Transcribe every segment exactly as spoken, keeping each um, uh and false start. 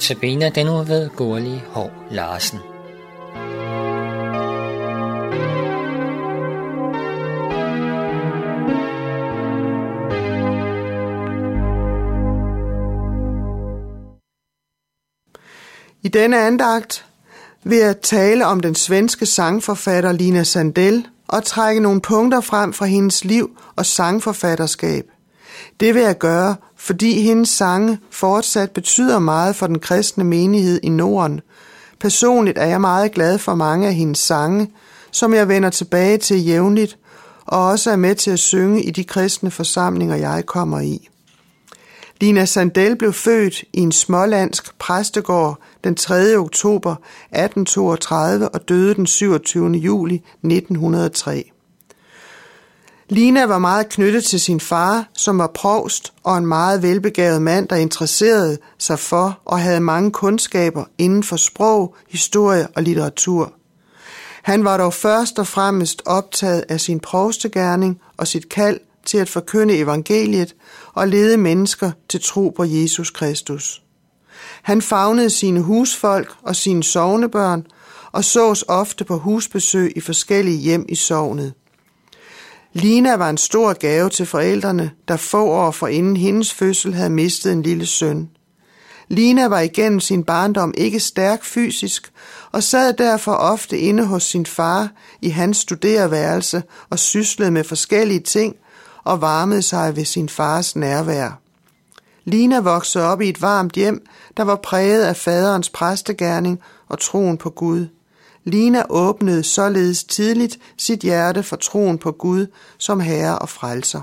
Notabene den uge ved Gurli Hov Larsen. I denne andagt vil jeg tale om den svenske sangforfatter Lina Sandell og trække nogle punkter frem fra hendes liv og sangforfatterskab. Det vil jeg gøre, fordi hendes sange fortsat betyder meget for den kristne menighed i Norden. Personligt er jeg meget glad for mange af hendes sange, som jeg vender tilbage til jævnligt, og også er med til at synge i de kristne forsamlinger, jeg kommer i. Lina Sandell blev født i en smålandsk præstegård den tredje oktober atten toogtredive og døde den syvogtyvende juli nitten hundrede og tre. Lina var meget knyttet til sin far, som var provst og en meget velbegavet mand, der interesserede sig for og havde mange kundskaber inden for sprog, historie og litteratur. Han var dog først og fremmest optaget af sin provstegerning og sit kald til at forkynde evangeliet og lede mennesker til tro på Jesus Kristus. Han favnede sine husfolk og sine sognebørn og sås ofte på husbesøg i forskellige hjem i sognet. Lina var en stor gave til forældrene, der få år forinden hendes fødsel havde mistet en lille søn. Lina var igennem sin barndom ikke stærk fysisk og sad derfor ofte inde hos sin far i hans studereværelse og syslede med forskellige ting og varmede sig ved sin fars nærvær. Lina voksede op i et varmt hjem, der var præget af faderens præstegerning og troen på Gud. Lina åbnede således tidligt sit hjerte for troen på Gud som herre og frelser.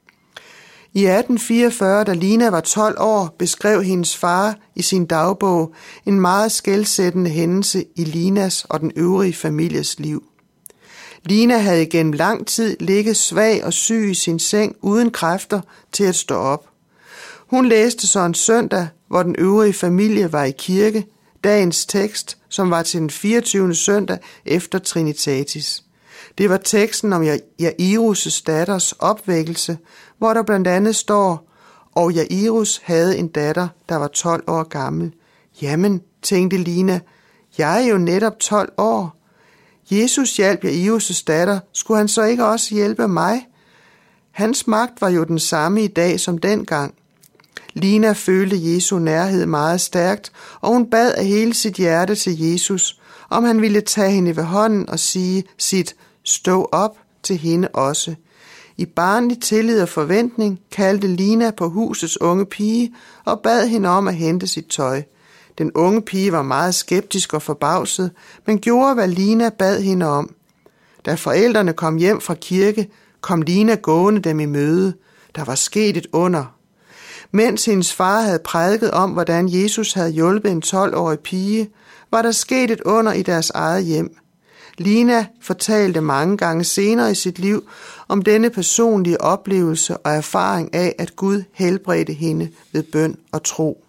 I atten fireogfyrre, da Lina var tolv år, beskrev hendes far i sin dagbog en meget skelsættende hændelse i Linas og den øvrige families liv. Lina havde gennem lang tid ligget svag og syg i sin seng uden kræfter til at stå op. Hun læste så en søndag, hvor den øvrige familie var i kirke, dagens tekst, som var til den fireogtyvende søndag efter Trinitatis. Det var teksten om Jairus' datters opvækkelse, hvor der blandt andet står, og Jairus havde en datter, der var tolv år gammel. Jamen, tænkte Lina, jeg er jo netop tolv år. Jesus hjalp Jairus' datter, skulle han så ikke også hjælpe mig? Hans magt var jo den samme i dag som dengang. Lina følte Jesu nærhed meget stærkt, og hun bad af hele sit hjerte til Jesus, om han ville tage hende ved hånden og sige sit stå op til hende også. I barnlig tillid og forventning kaldte Lina på husets unge pige og bad hende om at hente sit tøj. Den unge pige var meget skeptisk og forbavset, men gjorde, hvad Lina bad hende om. Da forældrene kom hjem fra kirke, kom Lina gående dem i møde. Der var sket et under. Mens hendes far havde prædiket om, hvordan Jesus havde hjulpet en tolv-årig pige, var der sket et under i deres eget hjem. Lina fortalte mange gange senere i sit liv om denne personlige oplevelse og erfaring af, at Gud helbredte hende ved bøn og tro.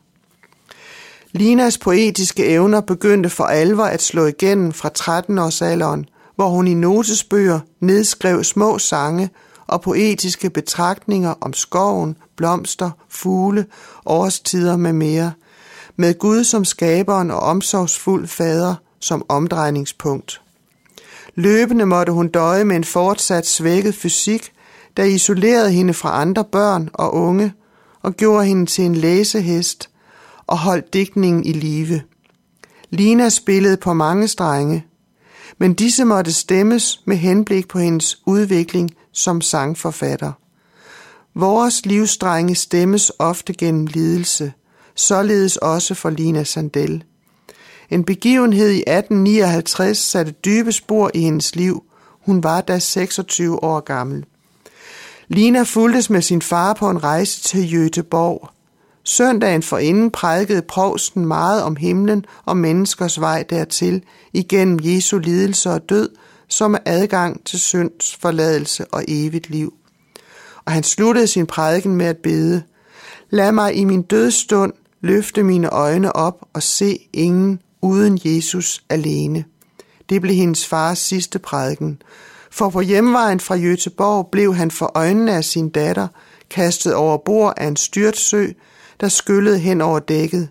Linas poetiske evner begyndte for alvor at slå igennem fra tretten-årsalderen, hvor hun i notesbøger nedskrev små sange og poetiske betragtninger om skoven, blomster, fugle, årstider med mere, med Gud som skaberen og omsorgsfuld fader som omdrejningspunkt. Løbende måtte hun døje med en fortsat svækket fysik, der isolerede hende fra andre børn og unge og gjorde hende til en læsehest og holdt digtningen i live. Lina spillede på mange strenge, men disse måtte stemmes med henblik på hendes udvikling som sangforfatter. Vores livsstrenge stemmes ofte gennem lidelse, således også for Lina Sandell. En begivenhed i atten nioghalvtreds satte dybe spor i hendes liv. Hun var da seksogtyve år gammel. Lina fulgtes med sin far på en rejse til Göteborg. Søndagen forinden prædikede provsten meget om himlen og menneskers vej dertil, igennem Jesu lidelse og død, som er adgang til synds forladelse og evigt liv. Og han sluttede sin prædiken med at bede: Lad mig i min dødsstund løfte mine øjne op og se ingen uden Jesus alene. Det blev hendes fars sidste prædiken, for på hjemvejen fra Göteborg blev han for øjnene af sin datter kastet over bord af en styrtsø, der skyllede hen over dækket.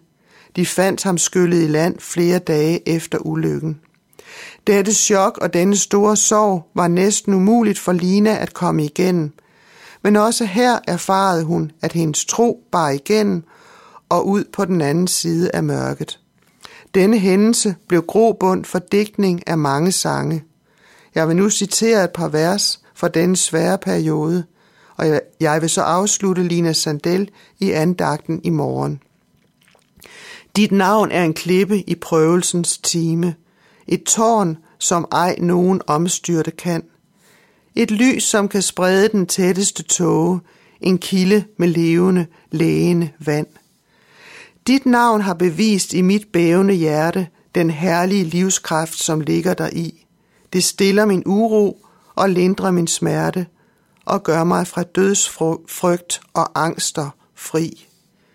De fandt ham skyllet i land flere dage efter ulykken. Dette chok og denne store sorg var næsten umuligt for Lina at komme igennem. Men også her erfarede hun, at hendes tro bar igennem og ud på den anden side af mørket. Denne hændelse blev grobund for digtning af mange sange. Jeg vil nu citere et par vers fra denne svære periode, og jeg vil så afslutte Lina Sandel i andagten i morgen. Dit navn er en klippe i prøvelsens time, et tårn, som ej nogen omstyrte kan, et lys, som kan sprede den tætteste tåge, en kilde med levende, lægende vand. Dit navn har bevist i mit bævende hjerte den herlige livskraft, som ligger deri. Det stiller min uro og lindrer min smerte og gør mig fra dødsfrygt og angster fri.